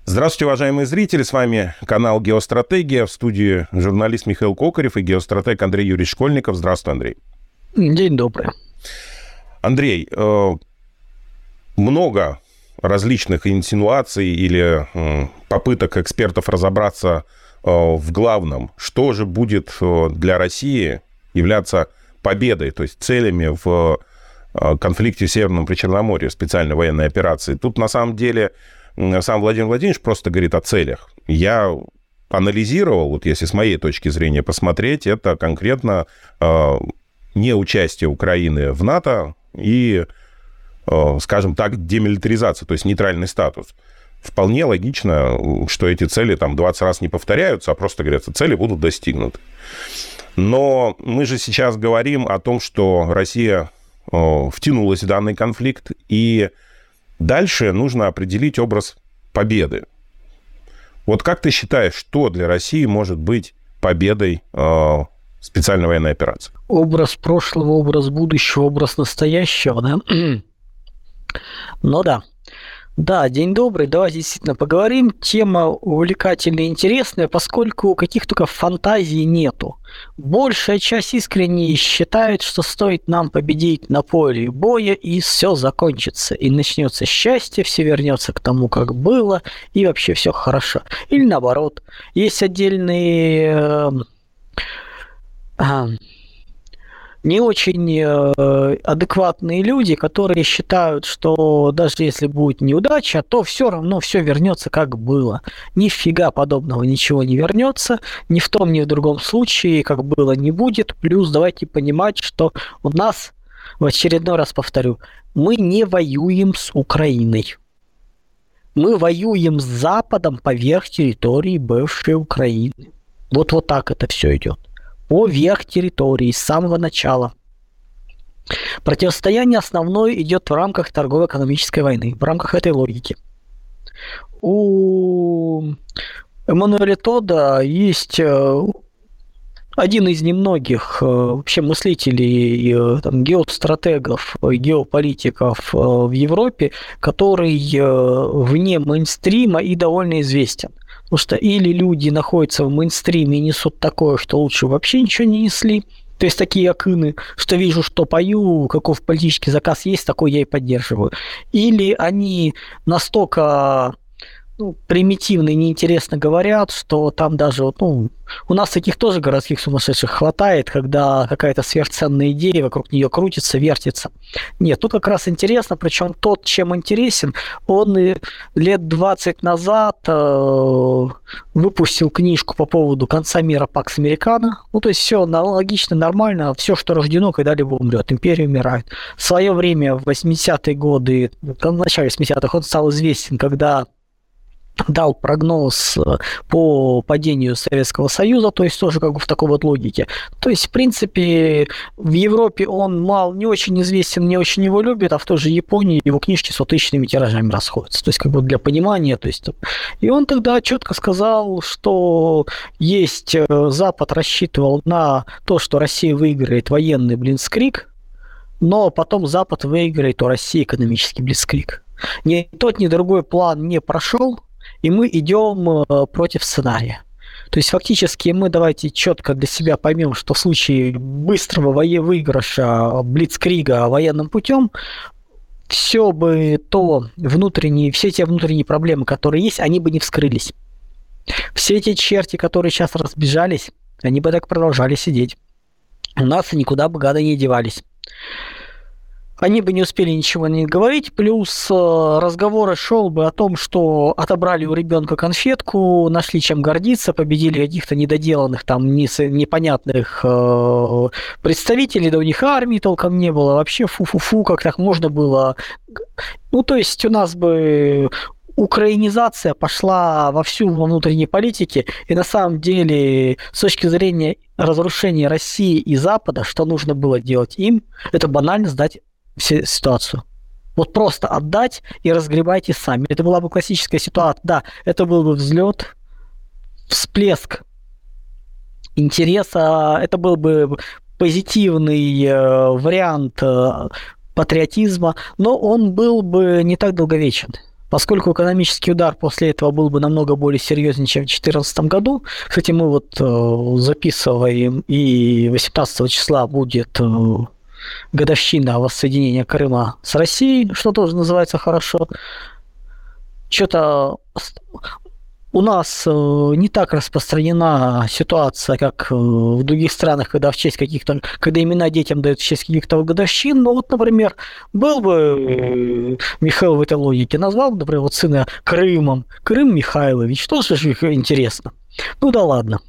Здравствуйте, уважаемые зрители. С вами канал «Геостратегия». В студии журналист Михаил Кокарев и геостратег Андрей Юрьевич Школьников. Здравствуй, Андрей. День добрый. Андрей, много различных инсинуаций или попыток экспертов разобраться в главном, что же будет для России являться победой, то есть целями в конфликте в Северном Причерноморье, специальной военной операции. Тут на самом деле сам Владимир Владимирович просто говорит о целях. Я анализировал, вот если с моей точки зрения посмотреть, это конкретно не участие Украины в НАТО и, скажем так, демилитаризация, то есть нейтральный статус. Вполне логично, что эти цели там 20 раз не повторяются, а просто говорятся, цели будут достигнуты. Но мы же сейчас говорим о том, что Россия втянулась в данный конфликт, и дальше нужно определить образ победы. Вот как ты считаешь, что для России может быть победой специальной военной операции? Образ прошлого, образ будущего, образ настоящего, да? Ну да. Да, день добрый, давайте действительно поговорим. Тема увлекательная и интересная, поскольку каких только фантазий нету. Большая часть искренне считает, что стоит нам победить на поле боя, и все закончится. И начнется счастье, все вернется к тому, как было, и вообще все хорошо. Или наоборот. Есть отдельные не очень адекватные люди, которые считают, что даже если будет неудача, то все равно все вернется как было. Нифига подобного ничего не вернется, ни в том, ни в другом случае, как было, не будет. Плюс давайте понимать, что у нас, в очередной раз повторю, мы не воюем с Украиной. Мы воюем с Западом поверх территории бывшей Украины. Вот так это все идет. Поверх территории с самого начала. Противостояние основное идет в рамках торгово-экономической войны, в рамках этой логики. У Эммануэля Тодда есть один из немногих вообще мыслителей, там, геостратегов, геополитиков в Европе, который вне мейнстрима и довольно известен. Потому что или люди находятся в мейнстриме и несут такое, что лучше вообще ничего не несли. То есть такие акыны, что вижу, что пою, каков политический заказ есть, такой я и поддерживаю. Или они настолько примитивно и неинтересно говорят, что там даже у нас таких тоже городских сумасшедших хватает, когда какая-то сверхценная идея вокруг нее крутится, вертится. Нет, тут как раз интересно, причем тот, чем интересен, он лет 20 назад выпустил книжку по поводу конца мира Пакс Американо. То есть все логично, нормально, все, что рождено, когда-либо умрет, империя умирает. В свое время, в 80-е годы, в начале 80-х, он стал известен, когда дал прогноз по падению Советского Союза, то есть тоже как бы в такой вот логике. То есть, в принципе, в Европе он не очень известен, не очень его любят, а в той же Японии его книжки с тысячными тиражами расходятся. То есть, как бы для понимания. То есть, и он тогда четко сказал, что Запад рассчитывал на то, что Россия выиграет военный блицкриг, но потом Запад выиграет у России экономический блицкриг. Ни тот, ни другой план не прошел, и мы идем против сценария. То есть фактически мы давайте четко для себя поймем, что в случае быстрого выигрыша блицкрига военным путем, все те внутренние проблемы, которые есть, они бы не вскрылись. Все эти черти, которые сейчас разбежались, они бы так продолжали сидеть. У нас никуда бы гады не девались. Они бы не успели ничего не говорить, плюс разговор шел бы о том, что отобрали у ребенка конфетку, нашли чем гордиться, победили каких-то недоделанных, там, непонятных представителей, да у них армии толком не было, вообще фу-фу-фу, как так можно было. То есть у нас бы украинизация пошла вовсю во внутренней политике, и на самом деле, с точки зрения разрушения России и Запада, что нужно было делать им, это банально сдать ситуацию. Вот просто отдать и разгребайте сами. Это была бы классическая ситуация. Да, это был бы взлет, всплеск интереса, это был бы позитивный вариант патриотизма, но он был бы не так долговечен. Поскольку экономический удар после этого был бы намного более серьезнее, чем в 2014 году. Кстати, мы вот записываем, и 18 числа будет годовщина воссоединения Крыма с Россией, что тоже называется хорошо. Что-то у нас не так распространена ситуация, как в других странах, когда в честь каких-то, когда имена детям дают в честь каких-то годовщин. Но вот, например, был бы Михаил в этой логике, назвал, например, вот сына Крымом, Крым Михайлович, тоже же интересно. Ну да ладно.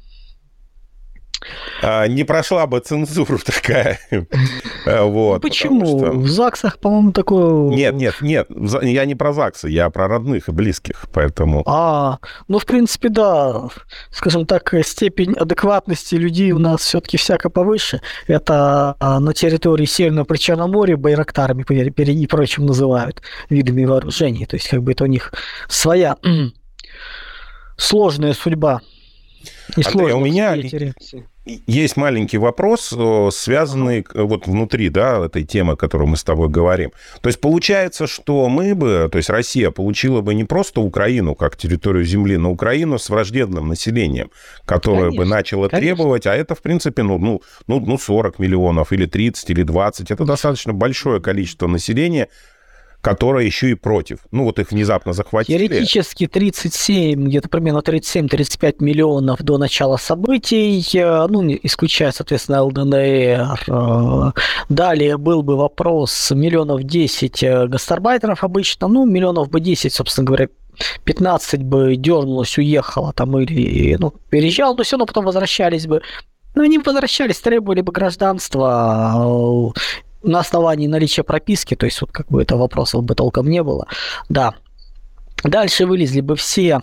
Не прошла бы цензура такая. Вот, почему? Что... В ЗАГСах, по-моему, такое... Нет, я не про ЗАГСы, я про родных и близких, поэтому... Ну, в принципе, да. Скажем так, степень адекватности людей у нас все-таки всяко повыше. Это на территории Северного Причерноморья байрактарами и прочим называют видами вооружений. То есть, как бы это у них своя сложная судьба. Андрей, у меня есть маленький вопрос, связанный вот внутри, да, этой темы, о которой мы с тобой говорим. То есть получается, что мы бы, то есть Россия получила бы не просто Украину как территорию земли, но Украину с враждебным населением, которое бы начало требовать, а это, в принципе, 40 миллионов или 30 или 20, это достаточно большое количество населения, которая еще и против. Ну, вот их внезапно захватили. Теоретически 37, где-то примерно 37-35 миллионов до начала событий, ну, исключая, соответственно, ЛДНР. Далее был бы вопрос миллионов 10 гастарбайтеров обычно, ну, миллионов бы 10, собственно говоря, 15 бы дернулось, уехало там или, переезжал, но все равно потом возвращались бы. Ну, они возвращались, требовали бы гражданства, на основании наличия прописки, то есть вот как бы этого вопросов бы толком не было. Да. Дальше вылезли бы все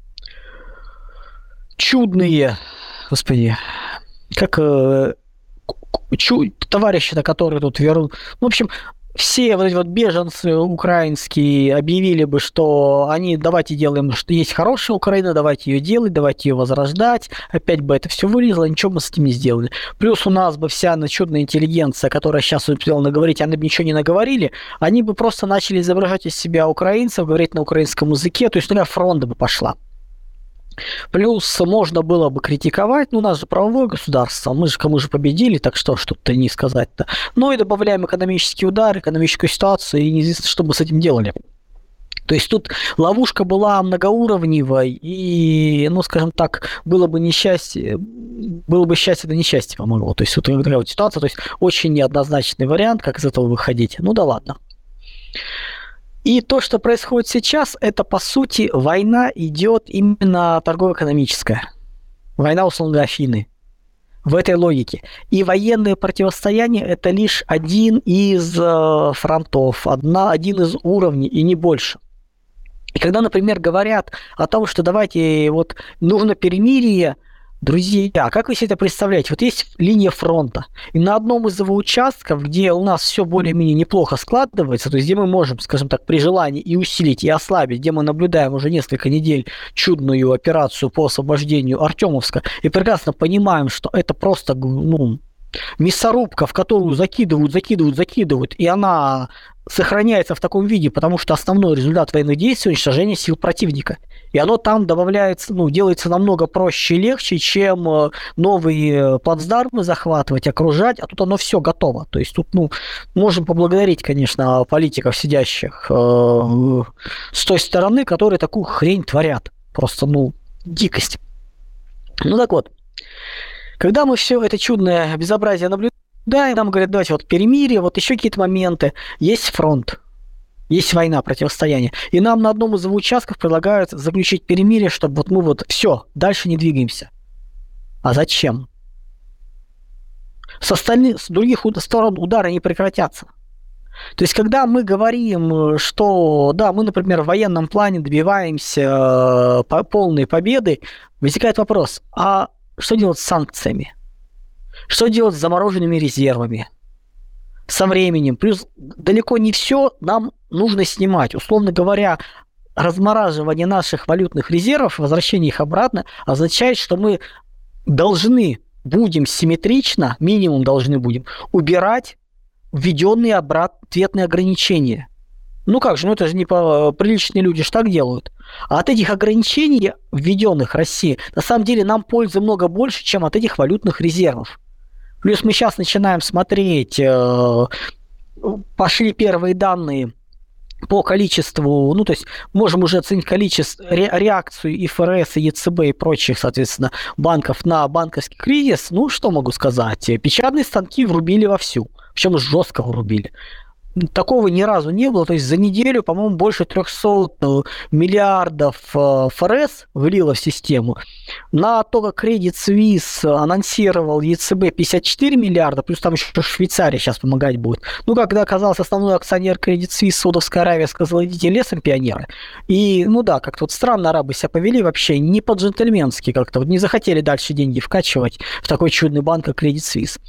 чудные, господи, как товарищи-то, которые тут вернут. В общем, все вот эти вот беженцы украинские объявили бы, что они давайте делаем, что есть хорошая Украина, давайте ее делать, давайте ее возрождать. Опять бы это все вылезло, ничего мы с этим не сделали. Плюс у нас бы вся чудная интеллигенция, которая сейчас успела наговорить, они бы ничего не наговорили, они бы просто начали изображать из себя украинцев, говорить на украинском языке, то есть фронта бы пошла. Плюс можно было бы критиковать, у нас же правовое государство, кому же победили, так что тут-то не сказать-то. Ну и добавляем экономический удар, экономическую ситуацию, и неизвестно, что бы с этим делали. То есть тут ловушка была многоуровневой, и, скажем так, было бы счастье, да несчастье помогло. То есть вот такая вот ситуация, то есть очень неоднозначный вариант, как из этого выходить. Ну да ладно. И то, что происходит сейчас, это, по сути, война идет именно торгово-экономическая. Война, условно говоря, Афины. В этой логике. И военное противостояние – это лишь один из фронтов, один из уровней, и не больше. И когда, например, говорят о том, что давайте, вот нужно перемирие, друзья, как вы себе это представляете? Вот есть линия фронта, и на одном из его участков, где у нас все более-менее неплохо складывается, то есть где мы можем, скажем так, при желании и усилить, и ослабить, где мы наблюдаем уже несколько недель чудную операцию по освобождению Артемовска, и прекрасно понимаем, что это просто, мясорубка, в которую закидывают, и она сохраняется в таком виде, потому что основной результат военных действий – уничтожение сил противника. И оно там добавляется, делается намного проще и легче, чем новые плацдармы захватывать, окружать, а тут оно все готово. То есть тут, можем поблагодарить, конечно, политиков, сидящих с той стороны, которые такую хрень творят. Просто, дикость. Так вот, когда мы все это чудное безобразие наблюдаем, и нам говорят, давайте вот перемирие, вот еще какие-то моменты, есть фронт. Есть война, противостояние. И нам на одном из его участков предлагают заключить перемирие, чтобы мы все, дальше не двигаемся. А зачем? С других сторон удары не прекратятся. То есть, когда мы говорим, что, да, мы, например, в военном плане добиваемся полной победы, возникает вопрос, а что делать с санкциями? Что делать с замороженными резервами? Со временем. Плюс далеко не все нам нужно снимать. Условно говоря, размораживание наших валютных резервов, возвращение их обратно, означает, что мы должны будем симметрично, минимум должны будем, убирать введенные ответные ограничения. Ну как же, ну это же не приличные люди ж так делают. А от этих ограничений, введенных Россией, на самом деле нам пользы много больше, чем от этих валютных резервов. Плюс мы сейчас начинаем смотреть, пошли первые данные по количеству, ну, то есть можем уже оценить количество, реакцию и ФРС, и ЕЦБ, и прочих, соответственно, банков на банковский кризис. Ну, что могу сказать? Печатные станки врубили вовсю, причем жестко врубили. Такого ни разу не было. То есть за неделю, по-моему, больше 300 миллиардов ФРС влило в систему. На то, как Credit Suisse анонсировал ЕЦБ 54 миллиарда, плюс там еще Швейцария сейчас помогать будет. Ну, когда оказался основной акционер Credit Suisse, Саудовская Аравия, сказала, идите лесом, пионеры. И, ну да, как-то вот странно арабы себя повели вообще, не по-джентльменски как-то. Вот не захотели дальше деньги вкачивать в такой чудный банк, как Credit Suisse.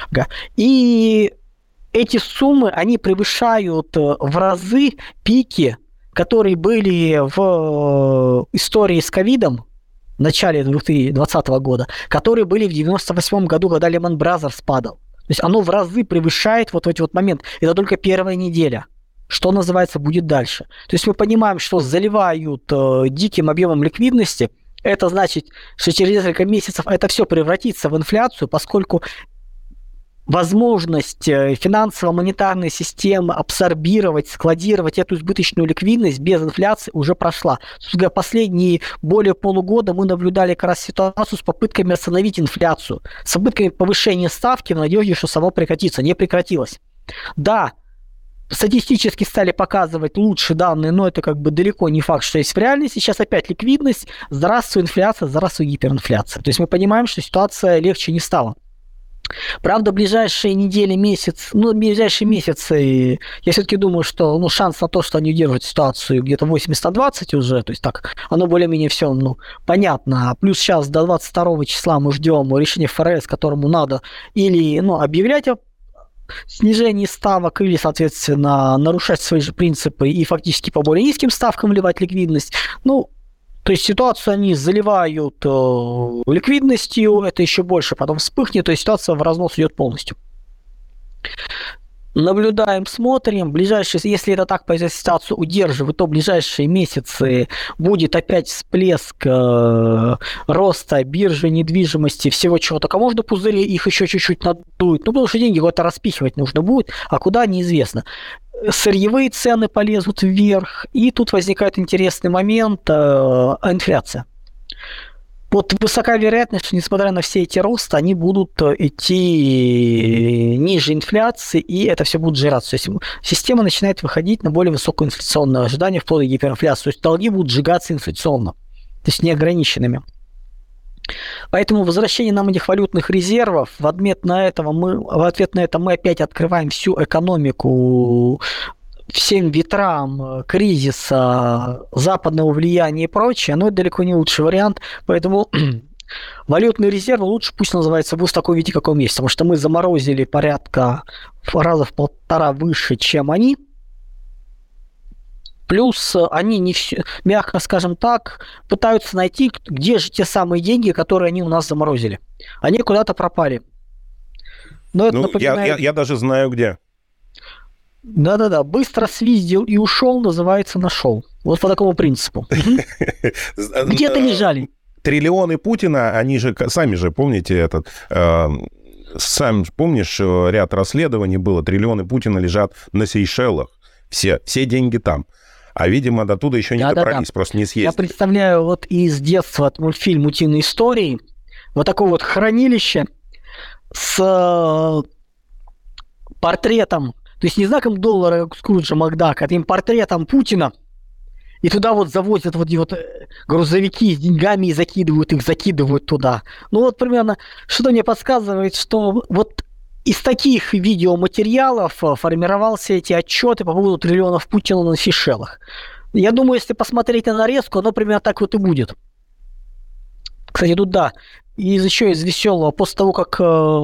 И эти суммы, они превышают в разы пики, которые были в истории с ковидом в начале 2020 года, которые были в 1998 году, когда Lehman Brothers падал. То есть оно в разы превышает вот эти вот моменты. Это только первая неделя. Что называется, будет дальше. То есть мы понимаем, что заливают диким объемом ликвидности. Это значит, что через несколько месяцев это все превратится в инфляцию, поскольку возможность финансово-монетарной системы абсорбировать, складировать эту избыточную ликвидность без инфляции уже прошла. Последние более полугода мы наблюдали как раз ситуацию с попытками остановить инфляцию, с попытками повышения ставки в надежде, что само прекратится. Не прекратилось. Да, статистически стали показывать лучше данные, но это как бы далеко не факт, что есть в реальности. Сейчас опять ликвидность, здравствуй инфляция, здравствуй гиперинфляция. То есть мы понимаем, что ситуация легче не стала. Правда, ближайшие недели, ближайшие месяцы, я все-таки думаю, что шанс на то, что они удержат ситуацию где-то 80-20 уже, то есть так, оно более-менее все понятно. Плюс сейчас до 22 числа мы ждем решения ФРС, которому надо или объявлять о снижении ставок, или, соответственно, нарушать свои же принципы и фактически по более низким ставкам вливать ликвидность. То есть ситуацию они заливают ликвидностью, это еще больше потом вспыхнет, то есть ситуация в разнос идет полностью. Наблюдаем, смотрим. Если это так по ситуацию удерживает, то в ближайшие месяцы будет опять всплеск роста биржи, недвижимости, всего чего только можно, пузыри их еще чуть-чуть надуют. Потому что деньги куда-то распихивать нужно будет, а куда неизвестно. Сырьевые цены полезут вверх, и тут возникает интересный момент инфляция. Вот высока вероятность, что несмотря на все эти росты, они будут идти ниже инфляции, и это все будет сжираться. То есть система начинает выходить на более высокое инфляционное ожидание, вплоть до гиперинфляции. То есть долги будут сжигаться инфляционно, то есть неограниченными. Поэтому возвращение нам этих валютных резервов, в ответ на это мы опять открываем всю экономику всем ветрам кризиса, западного влияния и прочее, но это далеко не лучший вариант, поэтому валютные резервы лучше пусть называется будет в таком виде, каком есть, потому что мы заморозили порядка раза в 1,5 выше, чем они. Плюс они не все, мягко скажем так, пытаются найти, где же те самые деньги, которые они у нас заморозили. Они куда-то пропали. Но это напоминает... я даже знаю, где. Да-да-да, быстро свиздил и ушел, называется нашел. Вот по такому принципу. Где-то лежали. Триллионы Путина, они же, сами же, помните сам помнишь, ряд расследований было, триллионы Путина лежат на Сейшелах. Все деньги там. А, видимо, до туда еще не добрались, просто не съездили. Я представляю вот из детства от мультфильма «Утиные истории» вот такое вот хранилище с портретом, то есть не знаком доллара Скруджа Макдака, а таким портретом Путина, и туда вот завозят вот эти вот грузовики с деньгами и закидывают туда. Вот примерно что-то мне подсказывает, что вот из таких видеоматериалов формировался эти отчеты по поводу триллионов Путина на Сейшелах. Я думаю, если посмотреть на нарезку, оно примерно так вот и будет. Кстати, тут да, еще из веселого, после того, как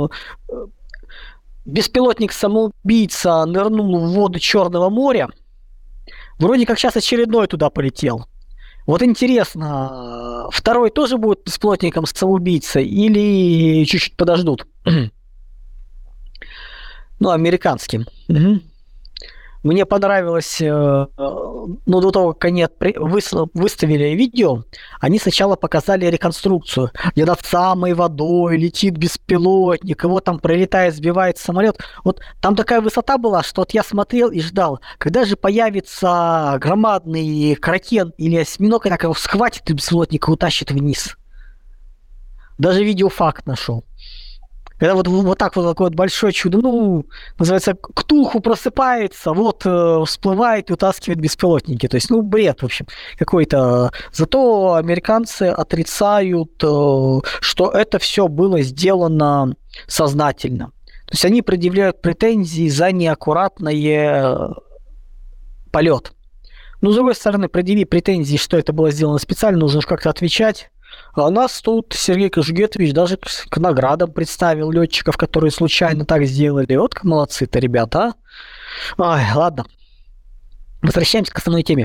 беспилотник-самоубийца нырнул в воды Черного моря, вроде как сейчас очередной туда полетел. Вот интересно, второй тоже будет беспилотником-самоубийцей или чуть-чуть подождут? Американским. Мне понравилось, до того, как они выставили видео, они сначала показали реконструкцию, где над самой водой летит беспилотник, его там пролетает, сбивает самолет. Вот там такая высота была, что вот я смотрел и ждал, когда же появится громадный кракен или осьминог, и так его схватит и беспилотник и утащит вниз. Даже видеофакт нашел. Когда вот так вот такое вот большое чудо, называется, Ктулху просыпается, всплывает и утаскивает беспилотники. То есть, бред, в общем, какой-то. Зато американцы отрицают, что это все было сделано сознательно. То есть они предъявляют претензии за неаккуратный полет. Но, с другой стороны, предъяви претензии, что это было сделано специально, нужно же как-то отвечать. А у нас тут Сергей Кожугетович даже к наградам представил летчиков, которые случайно так сделали. Вот как молодцы-то, ребята, а? Ой, ладно. Возвращаемся к основной теме.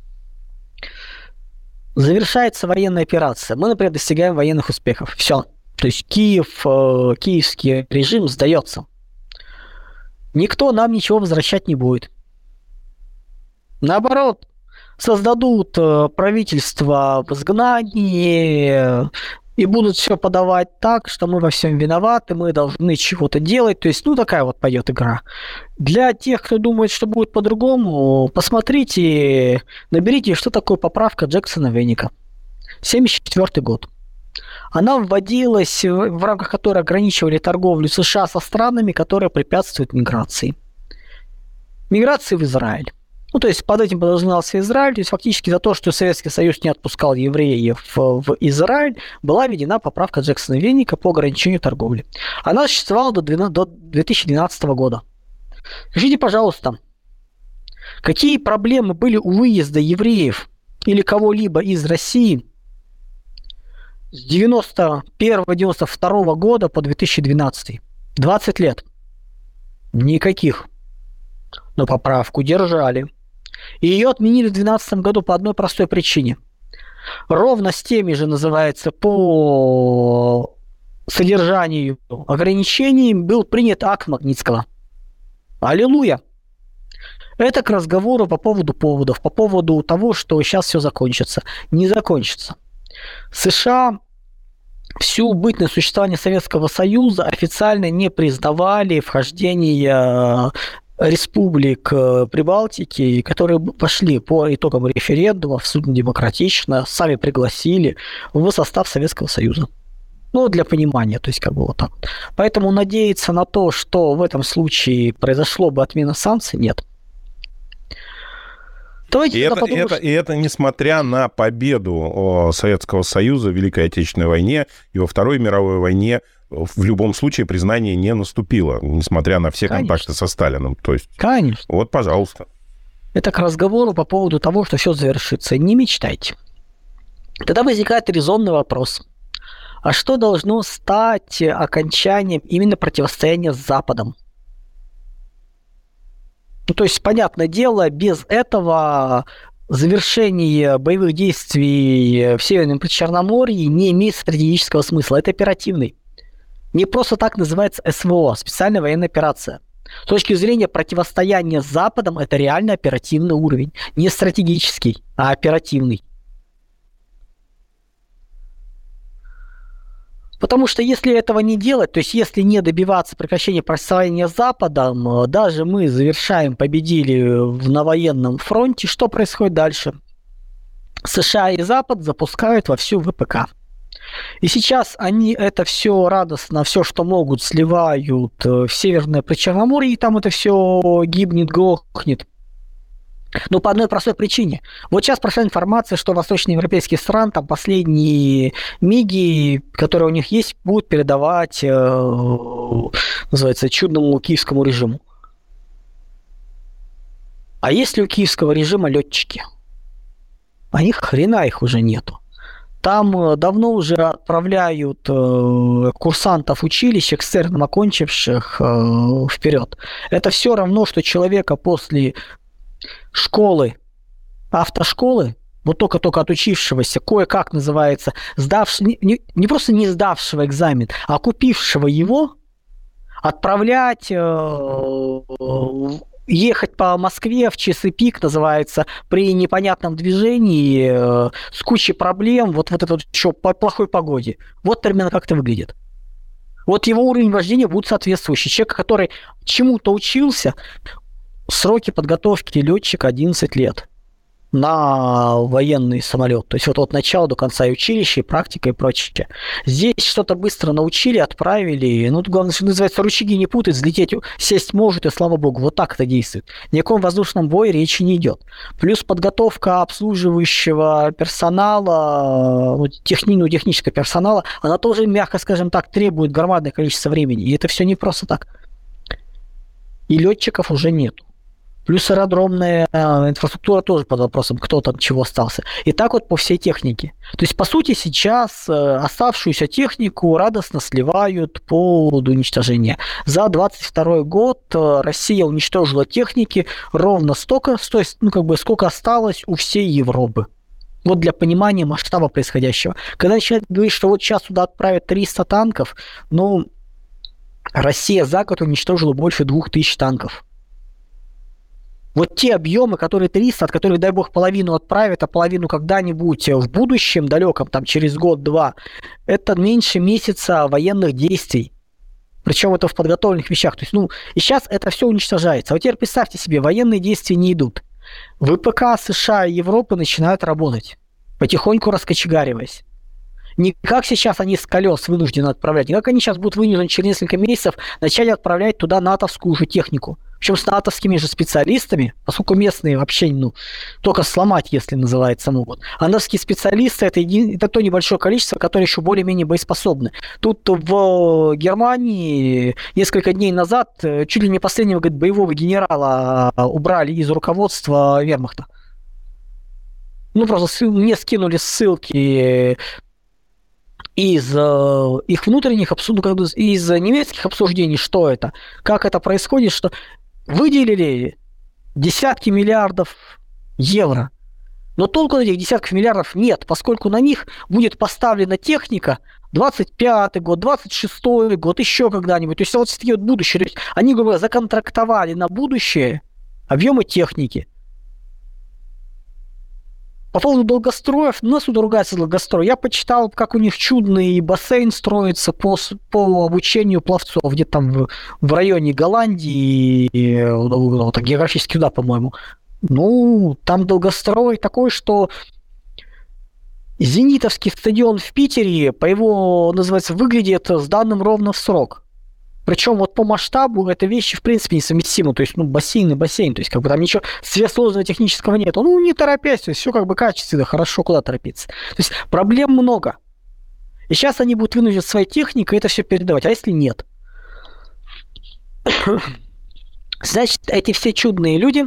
Завершается военная операция. Мы, например, достигаем военных успехов. Все. То есть киевский режим сдается. Никто нам ничего возвращать не будет. Наоборот, создадут правительство в изгнании и будут все подавать так, что мы во всем виноваты, мы должны чего-то делать. То есть, такая вот пойдет игра. Для тех, кто думает, что будет по-другому, посмотрите, наберите, что такое поправка Джексона-Веника. 1974 год. Она вводилась, в рамках которой ограничивали торговлю США со странами, которые препятствуют миграции. Миграции в Израиль. То есть под этим подразумевался Израиль, то есть фактически за то, что Советский Союз не отпускал евреев в Израиль, была введена поправка Джексона-Веника по ограничению торговли. Она существовала до 2012 года. Скажите, пожалуйста, какие проблемы были у выезда евреев или кого-либо из России с 91-92 года по 2012? 20 лет. Никаких. Но поправку держали. И ее отменили в 2012 году по одной простой причине. Ровно с теми же, называется, по содержанию ограничений был принят акт Магнитского. Аллилуйя! Это к разговору по поводу поводов, по поводу того, что сейчас все закончится. Не закончится. США всю бытность существования Советского Союза официально не признавали вхождение республик Прибалтики, которые пошли по итогам референдума абсолютно демократично, сами пригласили в состав Советского Союза. Для понимания, то есть вот так. Поэтому надеяться на то, что в этом случае произошло бы отмена санкций, нет. И это несмотря на победу Советского Союза в Великой Отечественной войне и во Второй мировой войне, в любом случае признание не наступило, несмотря на все контакты со Сталиным. То есть, конечно. Вот, пожалуйста. Это к разговору по поводу того, что все завершится. Не мечтайте. Тогда возникает резонный вопрос. А что должно стать окончанием именно противостояния с Западом? То есть, понятное дело, без этого завершение боевых действий в Северном Причерноморье не имеет стратегического смысла. Это оперативный. Не просто так называется СВО, специальная военная операция. С точки зрения противостояния с Западом, это реально оперативный уровень. Не стратегический, а оперативный. Потому что если этого не делать, то есть если не добиваться прекращения противостояния с Западом, даже мы завершаем, победили на военном фронте, что происходит дальше? США и Запад запускают вовсю ВПК. И сейчас они это все радостно, все, что могут, сливают в Северное Причерноморье, и там это все гибнет, глохнет. Но по одной простой причине. Вот сейчас прошла информация, что восточноевропейские страны, там последние МиГи, которые у них есть, будут передавать, называется, чудному киевскому режиму. А есть ли у киевского режима летчики? А их хрена их уже нету. Там давно уже отправляют курсантов училищ, экстерном окончивших, вперед. Это все равно, что человека после школы, автошколы, вот только-только отучившегося, кое-как называется, не просто не сдавшего экзамен, а купившего его, отправлять ехать по Москве в часы пик, называется, при непонятном движении, с кучей проблем, вот это вот еще по плохой погоде. Вот примерно как это выглядит. Вот его уровень вождения будет соответствующий. Человек, который чему-то учился, сроки подготовки летчика 11 лет на военный самолет. То есть вот от начала до конца и училище, и практика, и прочее. Здесь что-то быстро научили, отправили. Ну, главное, что называется, рычаги не путать, взлететь, сесть может, и слава богу. Вот так это действует. Ни о каком воздушном бое речи не идет. Плюс подготовка обслуживающего персонала, технического персонала, она тоже, мягко скажем так, требует громадное количество времени. И это все не просто так. И летчиков уже нету. Плюс аэродромная инфраструктура тоже под вопросом, кто там чего остался. И так вот по всей технике. То есть, по сути, сейчас оставшуюся технику радостно сливают по уничтожению. За 22 год Россия уничтожила техники ровно столько, то есть, сколько осталось у всей Европы. Вот для понимания масштаба происходящего. Когда начинают говорить, что вот сейчас туда отправят 300 танков, Россия за год уничтожила больше 2000 танков. Вот те объемы, которые 300, от которых, дай бог, половину отправят, а половину когда-нибудь в будущем, далеком, там, через год-два, это меньше месяца военных действий. Причем это в подготовленных вещах. То есть, и сейчас это все уничтожается. А вот теперь представьте себе, военные действия не идут. ВПК США и Европы начинают работать, потихоньку раскочегариваясь. Не как сейчас они с колес вынуждены отправлять, не как они сейчас будут вынуждены через несколько месяцев начать отправлять туда натовскую уже технику. Причем с натовскими же специалистами, поскольку местные вообще, только сломать, если называется, могут. А натовские специалисты это то небольшое количество, которые еще более-менее боеспособны. Тут в Германии несколько дней назад чуть ли не последнего, боевого генерала убрали из руководства вермахта. Просто мне скинули ссылки из их внутренних из немецких обсуждений, что это, как это происходит, что выделили десятки миллиардов евро, но толку на этих десятков миллиардов нет, поскольку на них будет поставлена техника 25-й год, 26-й год, еще когда-нибудь. То есть вот такие вот будущее. То есть они, грубо говоря, законтрактовали на будущее объемы техники. По поводу долгостроев, нас тут ругается долгострой. Я почитал, как у них чудный бассейн строится по обучению пловцов, где-то там в районе Голландии, географически туда, по-моему. Там долгострой такой, что Зенитовский стадион в Питере, по его, называется, выглядит сданным ровно в срок. Причем вот по масштабу это вещи в принципе несовместимы. То есть, бассейн и бассейн. То есть, там ничего сверхсложного технического нет. Не торопясь, то есть все качественно, хорошо, куда торопиться. То есть проблем много. И сейчас они будут вынуждены своей техникой это все передавать. А если нет? Значит, эти все чудные люди,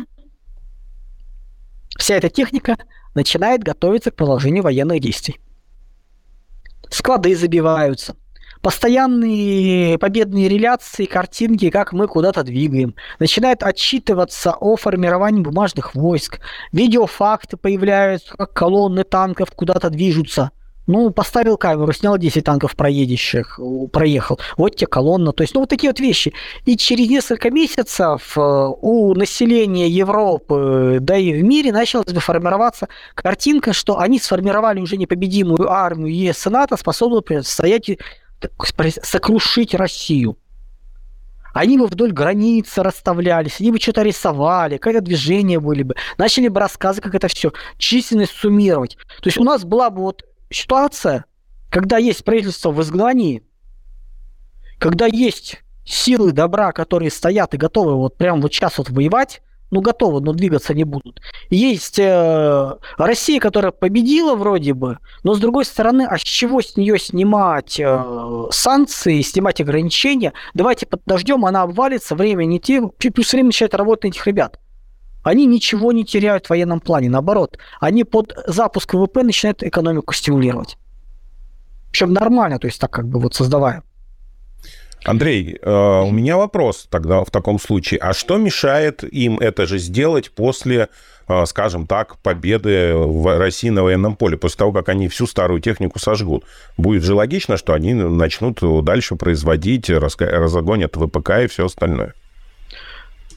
вся эта техника начинает готовиться к продолжению военных действий. Склады забиваются. Постоянные победные реляции, картинки, как мы куда-то двигаем. Начинает отчитываться о формировании бумажных войск. Видеофакты появляются, как колонны танков куда-то движутся. Поставил камеру, снял 10 танков проехал. Вот тебе колонна. То есть, вот такие вот вещи. И через несколько месяцев у населения Европы, да и в мире началась бы формироваться картинка, что они сформировали уже непобедимую армию ЕС и НАТО, способную противостоять сокрушить Россию. Они бы вдоль границы расставлялись, они бы что-то рисовали, какое-то движение были бы, начали бы рассказывать, как это все, численность суммировать. То есть у нас была бы ситуация, когда есть правительство в изгнании, когда есть силы добра, которые стоят и готовы прямо сейчас воевать, готовы, но двигаться не будут. Есть Россия, которая победила вроде бы, но с другой стороны, а с чего с нее снимать санкции, снимать ограничения? Давайте подождем, она обвалится, время не те, плюс время начинает работать на этих ребят. Они ничего не теряют в военном плане, наоборот. Они под запуск ВВП начинают экономику стимулировать. Причем нормально, то есть так создавая. Андрей, у меня вопрос тогда в таком случае. А что мешает им это же сделать после, скажем так, победы в России на военном поле, после того, как они всю старую технику сожгут? Будет же логично, что они начнут дальше производить, разогонят ВПК и все остальное.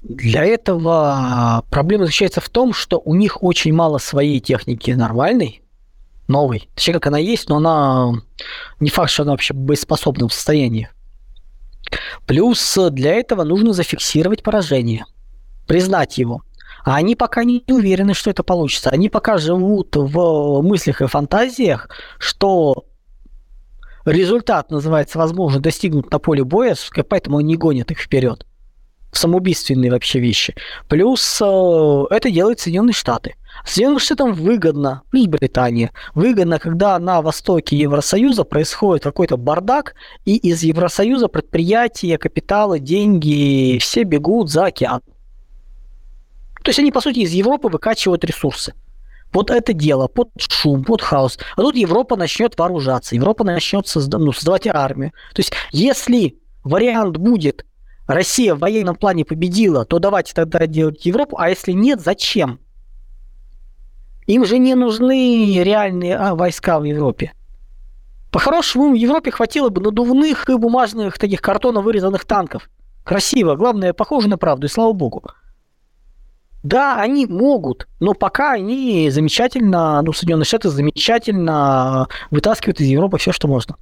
Для этого проблема заключается в том, что у них очень мало своей техники нормальной, новой. Точнее, как она есть, но она не факт, что она вообще в боеспособном состоянии. Плюс для этого нужно зафиксировать поражение, признать его. А они пока не уверены, что это получится. Они пока живут в мыслях и фантазиях, что результат, называется, возможно достигнут на поле боя, поэтому они гонят их вперед. Самоубийственные вообще вещи. Плюс это делают Соединенные Штаты. Соединенным Штатам выгодно, плюс Британия, выгодно, когда на востоке Евросоюза происходит какой-то бардак, и из Евросоюза предприятия, капиталы, деньги, все бегут за океан. То есть они, по сути, из Европы выкачивают ресурсы. Вот это дело, под шум, под хаос. А тут Европа начнет вооружаться, Европа начнет создавать армию. То есть если вариант будет Россия в военном плане победила, то давайте тогда делать Европу, а если нет, зачем? Им же не нужны реальные войска в Европе. По-хорошему, в Европе хватило бы надувных и бумажных таких картонно вырезанных танков. Красиво, главное, похоже на правду, и слава богу. Да, они могут, но пока они замечательно, Соединенные Штаты замечательно вытаскивают из Европы все, что можно.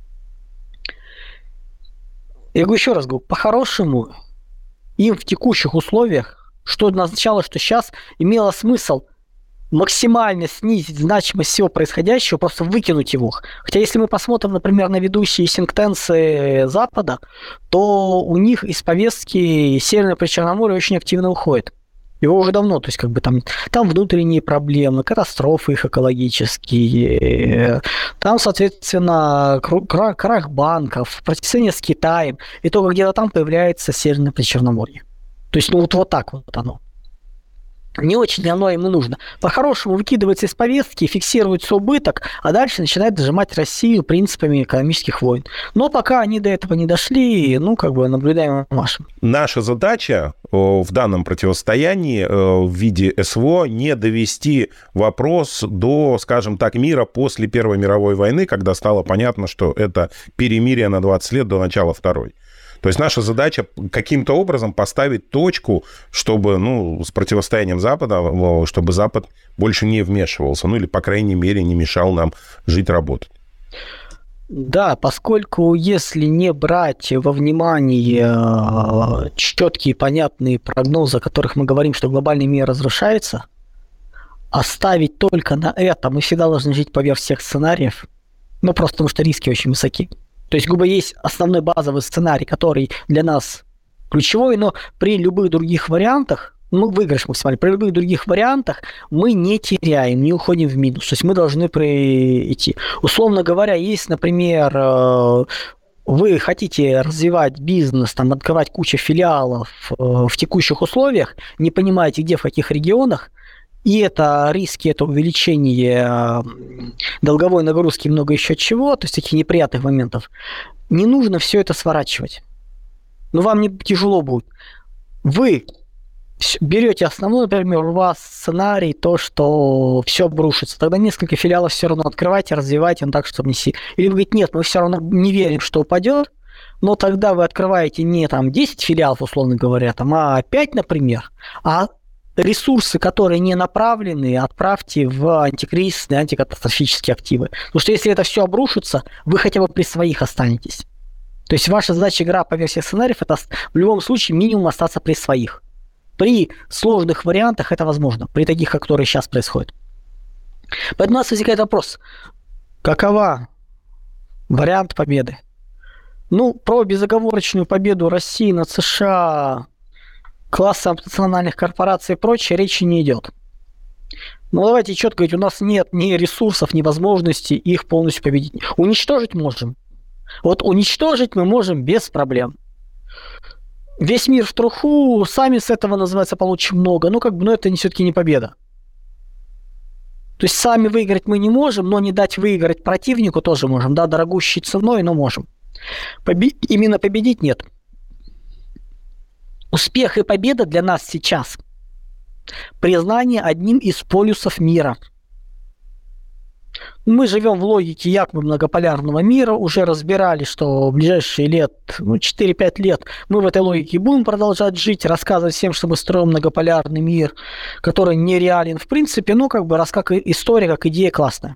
Я говорю еще раз, по-хорошему, им в текущих условиях, что означало, что сейчас имело смысл максимально снизить значимость всего происходящего, просто выкинуть его. Хотя если мы посмотрим, например, на ведущие синктенсы Запада, то у них из повестки Северное Причерноморье очень активно уходит. Его уже давно, то есть как бы там внутренние проблемы, катастрофы их экологические, там, соответственно, крах банков, противостояние с Китаем, и только где-то там появляется Северное Причерноморье. То есть, вот так вот оно. Не очень оно им и нужно. По-хорошему выкидывается из повестки, фиксируется убыток, а дальше начинает дожимать Россию принципами экономических войн. Но пока они до этого не дошли, наблюдаем машем. Наша задача в данном противостоянии в виде СВО не довести вопрос до, скажем так, мира после Первой мировой войны, когда стало понятно, что это перемирие на 20 лет до начала Второй. То есть наша задача каким-то образом поставить точку, чтобы, с противостоянием Запада, чтобы Запад больше не вмешивался, или, по крайней мере, не мешал нам жить, работать. Да, поскольку если не брать во внимание четкие, понятные прогнозы, о которых мы говорим, что глобальный мир разрушается, а ставить только на это мы всегда должны жить по версии всех сценариев, просто потому что риски очень высоки. То есть, есть основной базовый сценарий, который для нас ключевой, но при любых других вариантах, выигрыш максимальный, при любых других вариантах мы не теряем, не уходим в минус. То есть мы должны идти. Условно говоря, есть, например, вы хотите развивать бизнес, открывать кучу филиалов в текущих условиях, не понимаете, где, в каких регионах, и это риски, это увеличение долговой нагрузки и много еще чего, то есть таких неприятных моментов. Не нужно все это сворачивать. Вам не тяжело будет. Вы берете основной, например, у вас сценарий, то, что все обрушится. Тогда несколько филиалов все равно открывайте, развивайте, так, чтобы не сильно. Или вы говорите, нет, мы все равно не верим, что упадет, но тогда вы открываете не 10 филиалов, условно говоря, а 5, например, а ресурсы, которые не направлены, отправьте в антикризисные, антикатастрофические активы. Потому что если это все обрушится, вы хотя бы при своих останетесь. То есть ваша задача игра по версии сценариев это в любом случае минимум остаться при своих. При сложных вариантах это возможно, при таких, которые сейчас происходят. Поэтому у нас возникает вопрос, какова вариант победы? Про безоговорочную победу России над США, классом национальных корпораций и прочее речи не идет. Давайте четко говорить, у нас нет ни ресурсов, ни возможности их полностью победить. Уничтожить можем. Уничтожить мы можем без проблем. Весь мир в труху, сами с этого, называется, получим много. Но это все-таки не победа. То есть сами выиграть мы не можем, но не дать выиграть противнику тоже можем. Да, дорогущей ценой, но можем. Именно победить нет. Успех и победа для нас сейчас – признание одним из полюсов мира. Мы живем в логике якобы многополярного мира, уже разбирали, что в ближайшие 4-5 лет мы в этой логике будем продолжать жить, рассказывать всем, что мы строим многополярный мир, который нереален в принципе, но как история, как идея классная.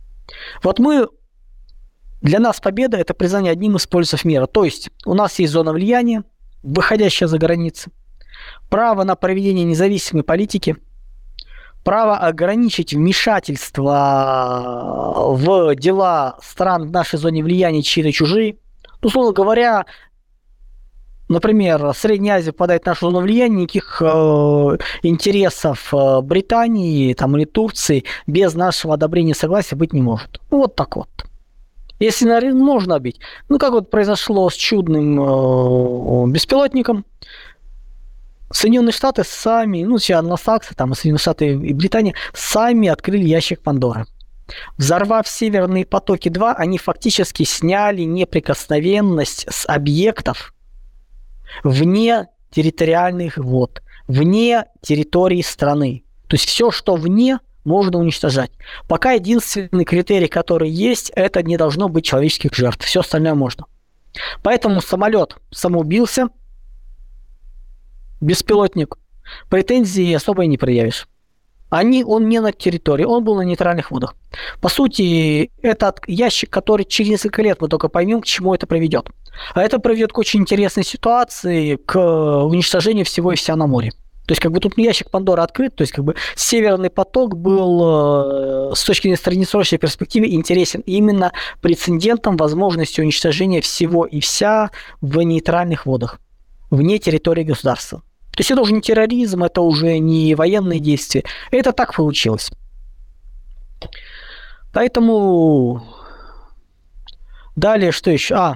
Для нас победа – это признание одним из полюсов мира. То есть у нас есть зона влияния, выходящая за границы, право на проведение независимой политики, право ограничить вмешательство в дела стран в нашей зоне влияния чьи-то чужие. Условно говоря, например, Средняя Азия попадает в нашу зону влияния, никаких интересов Британии или Турции без нашего одобрения и согласия быть не может. Вот так вот. Если можно бить. Как произошло с чудным беспилотником, Соединенные Штаты сами, все англосаксы, Соединенные Штаты и Британия, сами открыли ящик Пандоры. Взорвав Северные потоки-2, они фактически сняли неприкосновенность с объектов вне территориальных вод, вне территории страны. То есть все, что вне, можно уничтожать. Пока единственный критерий, который есть, это не должно быть человеческих жертв. Все остальное можно. Поэтому самолет самоубился, беспилотник, претензий особо и не проявишь. Он не на территории, он был на нейтральных водах. По сути, это ящик, который через несколько лет мы только поймем, к чему это приведет. А это приведет к очень интересной ситуации, к уничтожению всего и вся на море. То есть, тут ящик Пандоры открыт, то есть, Северный поток был с точки зрения среднесрочной перспективы интересен именно прецедентом возможности уничтожения всего и вся в нейтральных водах, вне территории государства. То есть это уже не терроризм, это уже не военные действия. Это так получилось. Поэтому далее что еще?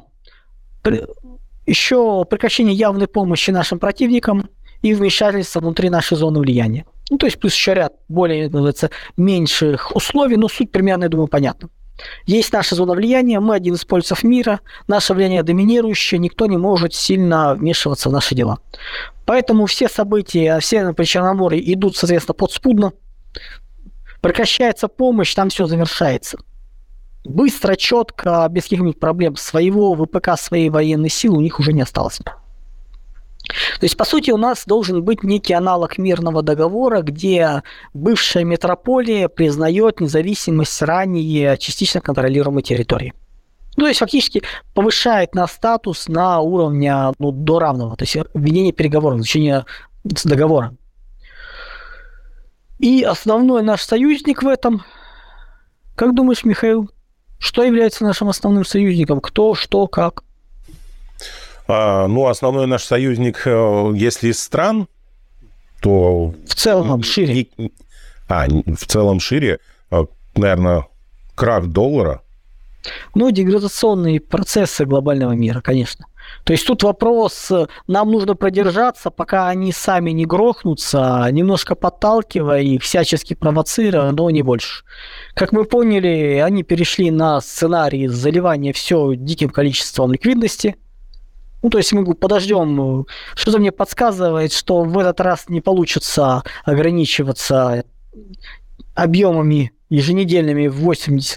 Еще прекращение явной помощи нашим противникам и вмешательство внутри нашей зоны влияния. То есть плюс еще ряд более, меньших условий, но суть примерно, я думаю, понятна. Есть наша зона влияния, мы один из полюсов мира, наше влияние доминирующее, никто не может сильно вмешиваться в наши дела. Поэтому все события в Северном Причерноморье идут, соответственно, подспудно. Прекращается помощь, там все завершается. Быстро, четко, без каких-нибудь проблем. Своего ВПК, своей военной силы у них уже не осталось. То есть, по сути, у нас должен быть некий аналог мирного договора, где бывшая метрополия признает независимость ранее частично контролируемой территории. То есть, фактически повышает наш статус на уровне до равного, то есть введение переговоров, заключение договора. И основной наш союзник в этом, как думаешь, Михаил, что является нашим основным союзником? Кто, что, как? Основной наш союзник, если из стран, то... В целом шире. В целом шире, наверное, крах доллара. Деградационные процессы глобального мира, конечно. То есть тут вопрос, нам нужно продержаться, пока они сами не грохнутся, немножко подталкивая их, всячески провоцируя, но не больше. Как мы поняли, они перешли на сценарий заливания все диким количеством ликвидности. То есть мы подождем, что-то мне подсказывает, что в этот раз не получится ограничиваться объемами еженедельными в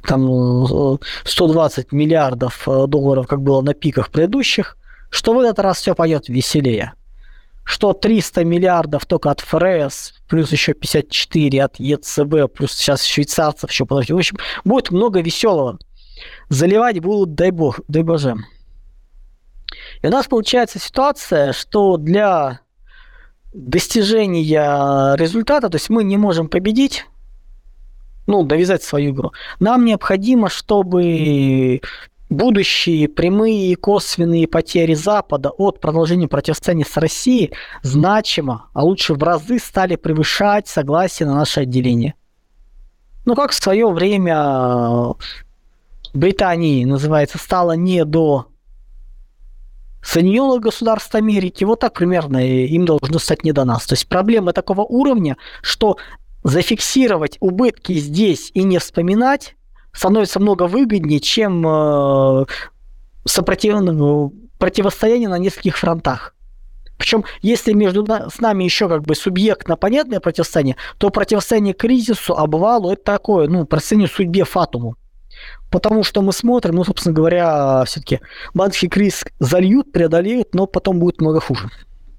80-120 миллиардов долларов, как было на пиках предыдущих, что в этот раз все пойдет веселее. Что 300 миллиардов только от ФРС, плюс еще 54 от ЕЦБ, плюс сейчас швейцарцев еще подожди. В общем, будет много веселого. Заливать будут, дай боже. И у нас получается ситуация, что для достижения результата, то есть мы не можем победить, довязать свою игру. Нам необходимо, чтобы будущие прямые и косвенные потери Запада от продолжения противостояния с Россией значимо, а лучше в разы стали превышать согласие на наше отделение. Как в свое время Британии, называется, стало не до Соединенных Государств Америки, вот так примерно им должно стать не до нас. То есть проблема такого уровня, что зафиксировать убытки здесь и не вспоминать становится много выгоднее, чем противостояние на нескольких фронтах. Причем, если с нами еще как бы субъектно понятное противостояние, то противостояние кризису, обвалу, это такое, противостояние судьбе фатуму. Потому что мы смотрим, собственно говоря, все-таки банковский кризис зальют, преодолеют, но потом будет много хуже.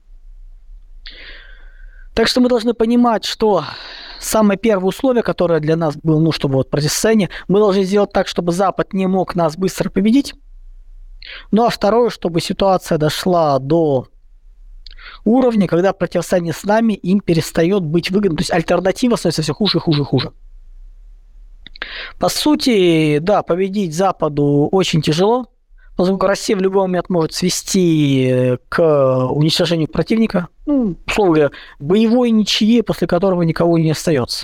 Так что мы должны понимать, что самое первое условие, которое для нас было, чтобы противостояние, мы должны сделать так, чтобы Запад не мог нас быстро победить. Ну а второе, чтобы ситуация дошла до уровня, когда противостояние с нами им перестает быть выгодным. То есть альтернатива становится все хуже, хуже, хуже. По сути, да, победить Западу очень тяжело, поскольку Россия в любой момент может свести к уничтожению противника, условно говоря, боевой ничьей, после которого никого не остается.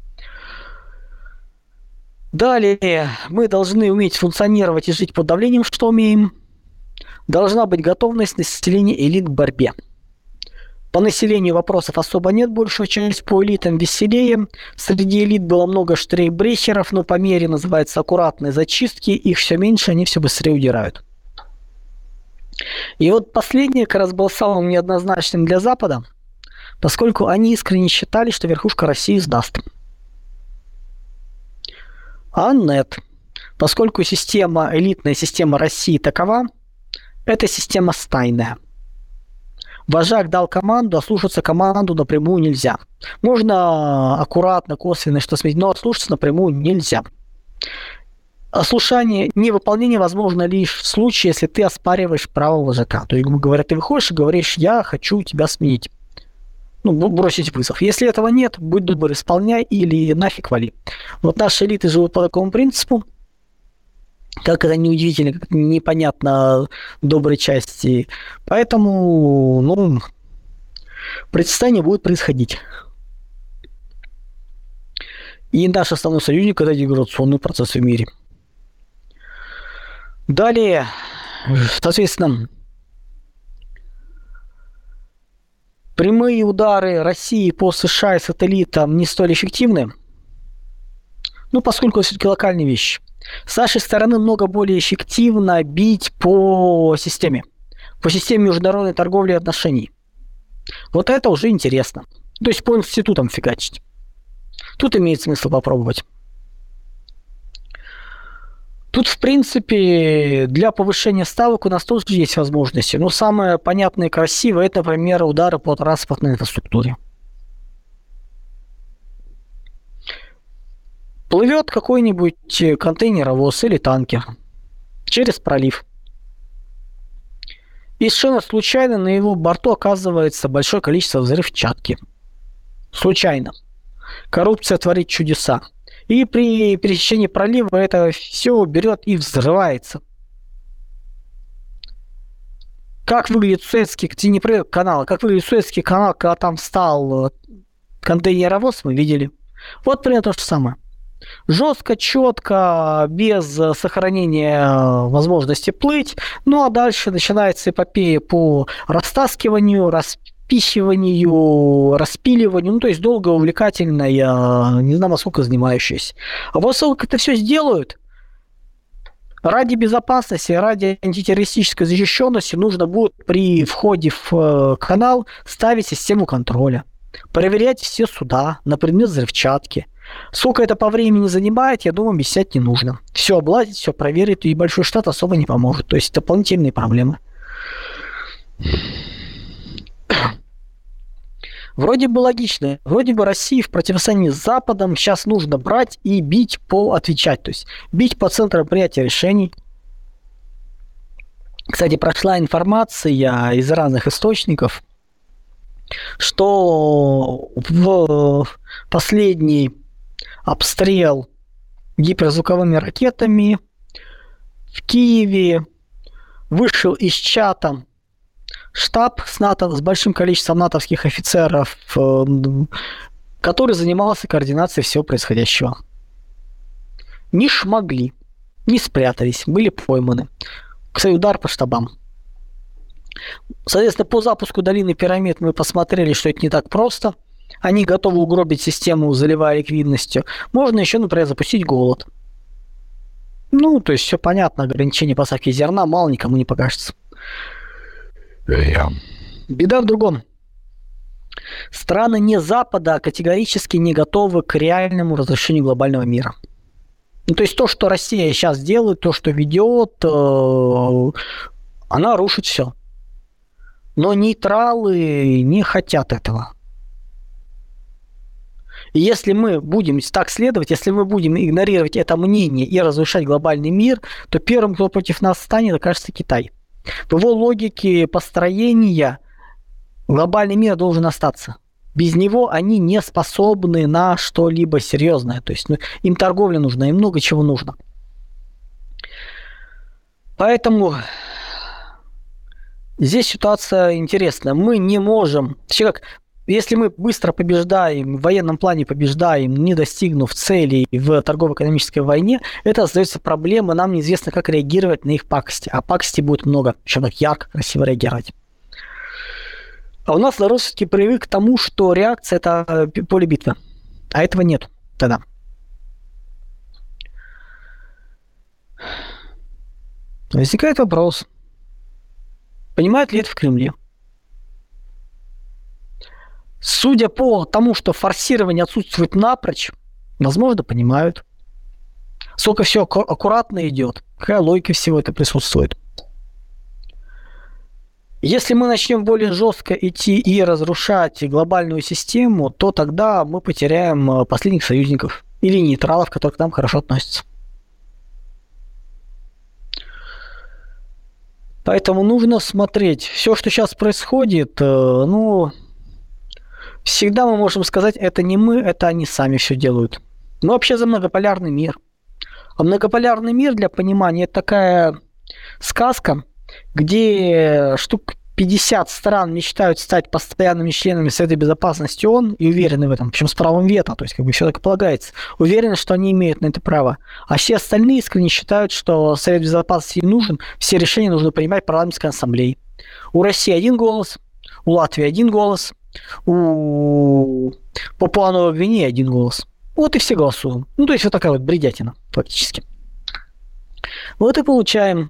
Далее мы должны уметь функционировать и жить под давлением, что умеем. Должна быть готовность населения элит к борьбе. По населению вопросов особо нет, большая часть по элитам веселее. Среди элит было много штрейхбрехеров, но по мере, называется, аккуратной зачистки, их все меньше, они все быстрее удирают. И вот последнее как раз было самым неоднозначным для Запада, поскольку они искренне считали, что верхушка России сдаст. А нет. Поскольку элитная система России такова, это система стайная. Вожак дал команду, а слушаться команду напрямую нельзя. Можно аккуратно, косвенно что сметь, но слушаться напрямую нельзя. Невыполнение возможно лишь в случае, если ты оспариваешь право вожака. То есть, грубо говоря, ты выходишь и говоришь: я хочу тебя сменить. Бросить вызов. Если этого нет, будь добр, исполняй или нафиг вали. Вот наши элиты живут по такому принципу. Как это неудивительно, как непонятно доброй части. Поэтому, противостояние будет происходить. И наш основной союзник – это деградационный процесс в мире. Далее, соответственно, прямые удары России по США и сателлитам не столь эффективны, поскольку это все-таки локальные вещи. С нашей стороны много более эффективно бить по системе международной торговли и отношений. Вот это уже интересно. То есть по институтам фигачить. Тут имеет смысл попробовать. Тут, в принципе, для повышения ставок у нас тоже есть возможности. Но самое понятное и красивое – это, например, удары по транспортной инфраструктуре. Плывет какой-нибудь контейнеровоз или танкер через пролив. И совершенно случайно на его борту оказывается большое количество взрывчатки. Случайно. Коррупция творит чудеса. И при пересечении пролива это все берет и взрывается. Как выглядит Суэцкий канал? Как выглядит Суэцкий канал, когда там встал контейнеровоз, мы видели. Вот примерно то же самое. Жестко, четко, без сохранения возможности плыть. А дальше начинается эпопея по растаскиванию, распихиванию, распиливанию. То есть долго, увлекательно, я не знаю, насколько занимающаяся. А вот сколько это все сделают, ради безопасности, ради антитеррористической защищенности нужно будет при входе в канал ставить систему контроля. Проверять все суда на предмет взрывчатки. Сколько это по времени занимает, я думаю, объяснять не нужно. Все облазить, все проверить, и большой штат особо не поможет. То есть дополнительные проблемы. Вроде бы логично. Вроде бы России в противостоянии с Западом сейчас нужно брать и бить отвечать. То есть бить по центру принятия решений. Кстати, прошла информация из разных источников, что в последний обстрел гиперзвуковыми ракетами в Киеве вышел из чата штаб с большим количеством натовских офицеров, который занимался координацией всего происходящего. Не шмогли, не спрятались, были пойманы. Кстати, удар по штабам. Соответственно, по запуску долины пирамид мы посмотрели, что это не так просто. Они готовы угробить систему, заливая ликвидностью. Можно еще, например, запустить голод. То есть все понятно, ограничение поставки зерна мало никому не покажется. Беда в другом. Страны не Запада категорически не готовы к реальному разрушению глобального мира. Ну, то есть то, что Россия сейчас делает, то, что ведет, она рушит все. Но нейтралы не хотят этого. И если мы будем так следовать, если мы будем игнорировать это мнение и разрушать глобальный мир, то первым, кто против нас станет, окажется Китай. В его логике построения глобальный мир должен остаться. Без него они не способны на что-либо серьезное. То есть им торговля нужна, им много чего нужно. Поэтому здесь ситуация интересная. Мы не можем... Если мы быстро побеждаем, в военном плане побеждаем, не достигнув целей в торгово-экономической войне, это остается проблемой, нам неизвестно, как реагировать на их пакости. А пакости будет много, причем так ярко, красиво реагировать. А у нас народ все-таки привык к тому, что реакция – это поле битвы. А этого нет тогда. Возникает вопрос. Понимают ли это в Кремле? Судя по тому, что форсирование отсутствует напрочь, возможно, понимают. Сколько все аккуратно идет, какая логика всего это присутствует. Если мы начнем более жестко идти и разрушать глобальную систему, то тогда мы потеряем последних союзников или нейтралов, которые к нам хорошо относятся. Поэтому нужно смотреть. Все, что сейчас происходит, всегда мы можем сказать, это не мы, это они сами все делают. Мы вообще за многополярный мир. А многополярный мир, для понимания, это такая сказка, где штук 50 стран мечтают стать постоянными членами Совета Безопасности ООН и уверены в этом, причем с правом вето, то есть все так и полагается, уверены, что они имеют на это право. А все остальные искренне считают, что Совет Безопасности не нужен, все решения нужно принимать в парламентской ассамблее. У России один голос, у Латвии один голос, у Папуа-Новой Гвинеи один голос. Вот и все голосуем. То есть вот такая вот бредятина, фактически. Вот и получаем,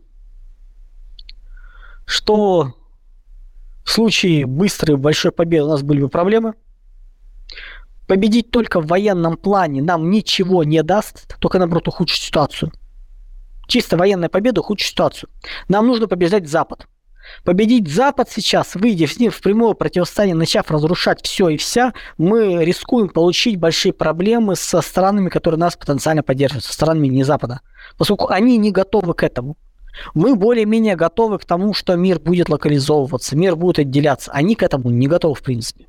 что в случае быстрой большой победы у нас были бы проблемы. Победить только в военном плане нам ничего не даст, только наоборот ухудшит ситуацию. Чисто военная победа ухудшит ситуацию. Нам нужно побеждать Запад. Победить Запад сейчас, выйдя с ним в прямое противостояние, начав разрушать все и вся, мы рискуем получить большие проблемы со странами, которые нас потенциально поддерживают, со странами не Запада. Поскольку они не готовы к этому. Мы более-менее готовы к тому, что мир будет локализовываться, мир будет отделяться. Они к этому не готовы, в принципе.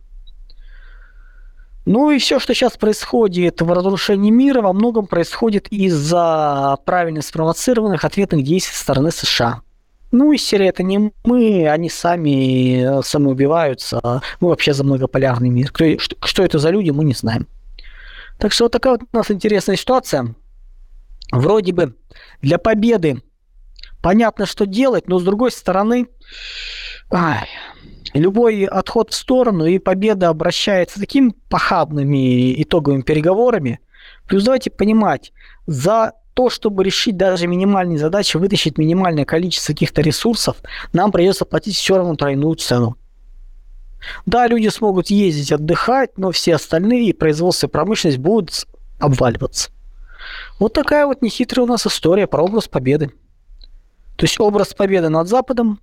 И все, что сейчас происходит в разрушении мира, во многом происходит из-за правильно спровоцированных ответных действий со стороны США. Из серии это не мы, они сами самоубиваются. Мы вообще за многополярный мир. Что это за люди, мы не знаем. Так что вот такая вот у нас интересная ситуация. Вроде бы для победы понятно, что делать, но с другой стороны, любой отход в сторону и победа обращается такими похабными итоговыми переговорами. Плюс давайте понимать, за то, чтобы решить даже минимальные задачи, вытащить минимальное количество каких-то ресурсов, нам придется платить все равно тройную цену. Да, люди смогут ездить, отдыхать, но все остальные, производство и промышленность будут обваливаться. Вот такая вот нехитрая у нас история про образ победы. То есть образ победы над Западом,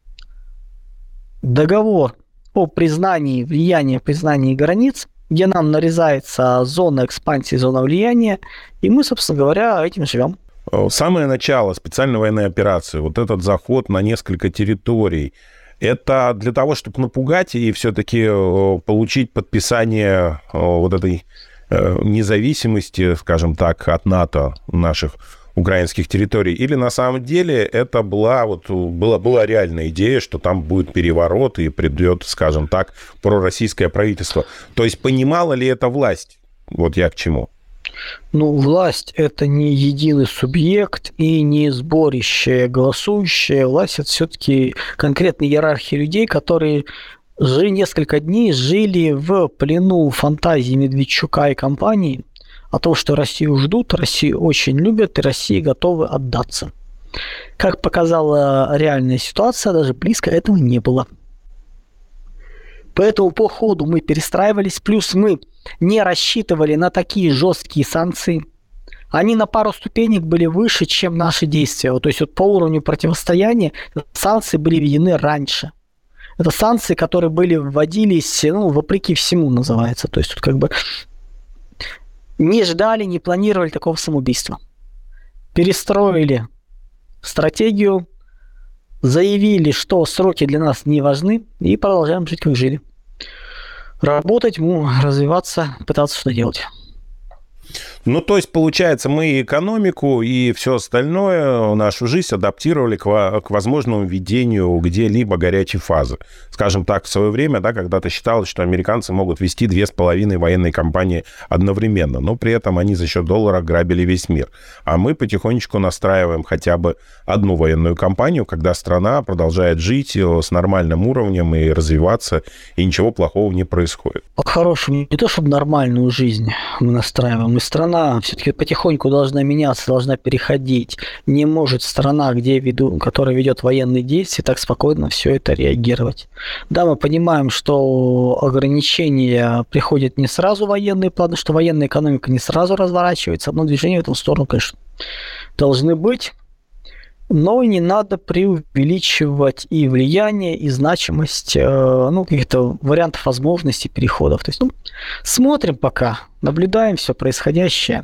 договор о признании влияния, признании границ, где нам нарезается зона экспансии, зона влияния, и мы, собственно говоря, этим живем. Самое начало специальной военной операции, вот этот заход на несколько территорий, это для того, чтобы напугать и все-таки получить подписание вот этой независимости, скажем так, от НАТО наших украинских территорий, или на самом деле это была реальная идея, что там будет переворот и придет, скажем так, пророссийское правительство. То есть понимала ли это власть? Вот я к чему. Власть – это не единый субъект и не сборище голосующее. Власть – это все-таки конкретная иерархия людей, которые несколько дней жили в плену фантазии Медведчука и компании, о том, что Россию ждут, Россию очень любят, и России готовы отдаться. Как показала реальная ситуация, даже близко этого не было. Поэтому по ходу мы перестраивались, плюс мы не рассчитывали на такие жесткие санкции. Они на пару ступенек были выше, чем наши действия. То есть вот по уровню противостояния санкции были введены раньше. Это санкции, которые вводились, вопреки всему называется. То есть тут как бы не ждали, не планировали такого самоубийства. Перестроили стратегию, заявили, что сроки для нас не важны, и продолжаем жить, как жили. Работать, развиваться, пытаться что-то делать. Ну, то есть, получается, мы и экономику, и все остальное, нашу жизнь адаптировали к возможному введению где-либо горячей фазы. Скажем так, в свое время, да, когда-то считалось, что американцы могут вести 2,5 военные кампании одновременно, но при этом они за счет доллара грабили весь мир. А мы потихонечку настраиваем хотя бы одну военную кампанию, когда страна продолжает жить с нормальным уровнем и развиваться, и ничего плохого не происходит. По-хорошему, не то чтобы нормальную жизнь мы настраиваем, и страна все-таки потихоньку должна меняться, должна переходить. Не может страна, которая ведет военные действия, так спокойно все это реагировать. Да, мы понимаем, что ограничения приходят не сразу военные планы, что военная экономика не сразу разворачивается, но движения в эту сторону, конечно, должны быть. Но не надо преувеличивать и влияние, и значимость каких-то вариантов возможностей переходов. То есть, смотрим пока, наблюдаем все происходящее.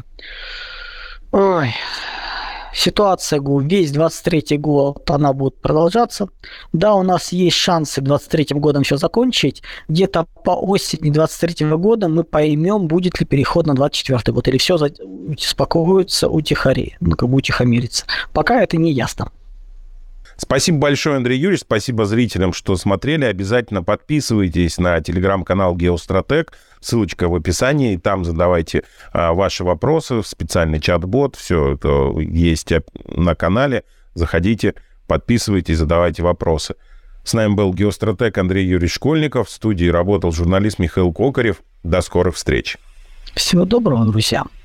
Ситуация, весь 23-й год, она будет продолжаться. Да, у нас есть шансы 23-м годом все закончить. Где-то по осени 23-го года мы поймем, будет ли переход на 24-й год, или все успокоится, утихомирится. Пока это не ясно. Спасибо большое, Андрей Юрьевич. Спасибо зрителям, что смотрели. Обязательно подписывайтесь на телеграм-канал Геостратег. Ссылочка в описании. Там задавайте ваши вопросы в специальный чат-бот. Все это есть на канале. Заходите, подписывайтесь, задавайте вопросы. С нами был Геостратег Андрей Юрьевич Школьников. В студии работал журналист Михаил Кокарев. До скорых встреч. Всего доброго, друзья.